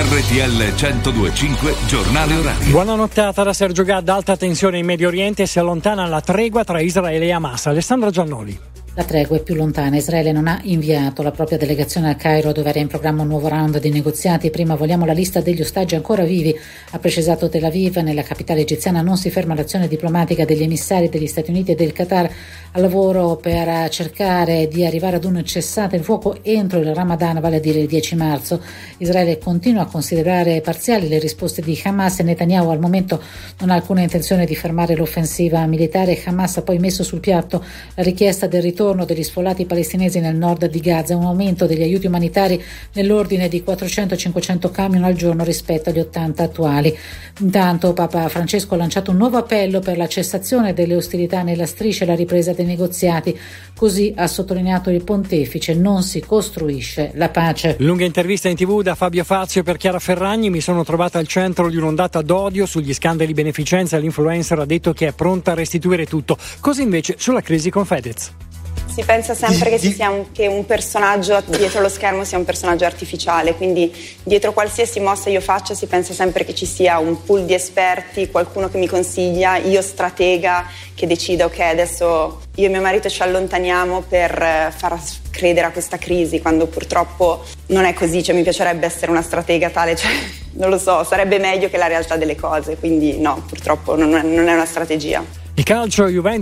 RTL 102.5 Giornale Orario. Buona nottata da Sergio Gadda. Alta tensione in Medio Oriente, si allontana la tregua tra Israele e Hamas. Alessandro Giannoli. La tregua è più lontana. Israele non ha inviato la propria delegazione al Cairo, dove era in programma un nuovo round di negoziati. Prima vogliamo la lista degli ostaggi ancora vivi, ha precisato Tel Aviv. Nella capitale egiziana non si ferma l'azione diplomatica degli emissari degli Stati Uniti e del Qatar al lavoro per cercare di arrivare ad un cessate il fuoco entro il Ramadan, vale a dire il 10 marzo. Israele continua a considerare parziali le risposte di Hamas e Netanyahu al momento non ha alcuna intenzione di fermare l'offensiva militare. Hamas ha poi messo sul piatto la richiesta del ritorno degli sfollati palestinesi nel nord di Gaza, un aumento degli aiuti umanitari nell'ordine di 400-500 camion al giorno rispetto agli 80 attuali. Intanto Papa Francesco ha lanciato un nuovo appello per la cessazione delle ostilità nella striscia e la ripresa dei negoziati. Così ha sottolineato il pontefice: non si costruisce la pace. Lunga intervista in TV da Fabio Fazio per Chiara Ferragni. Mi sono trovata al centro di un'ondata d'odio sugli scandali beneficenza. L'influencer ha detto che è pronta a restituire tutto. Così invece sulla crisi con Fedez. Si pensa sempre che ci sia che un personaggio dietro lo schermo sia un personaggio artificiale, quindi dietro qualsiasi mossa io faccia si pensa sempre che ci sia un pool di esperti, qualcuno che mi consiglia, io stratega che decida ok, adesso io e mio marito ci allontaniamo per far credere a questa crisi, quando purtroppo non è così. Cioè, mi piacerebbe essere una stratega tale, cioè, non lo so, sarebbe meglio che la realtà delle cose, quindi no, purtroppo non è una strategia. Il calcio, Juventus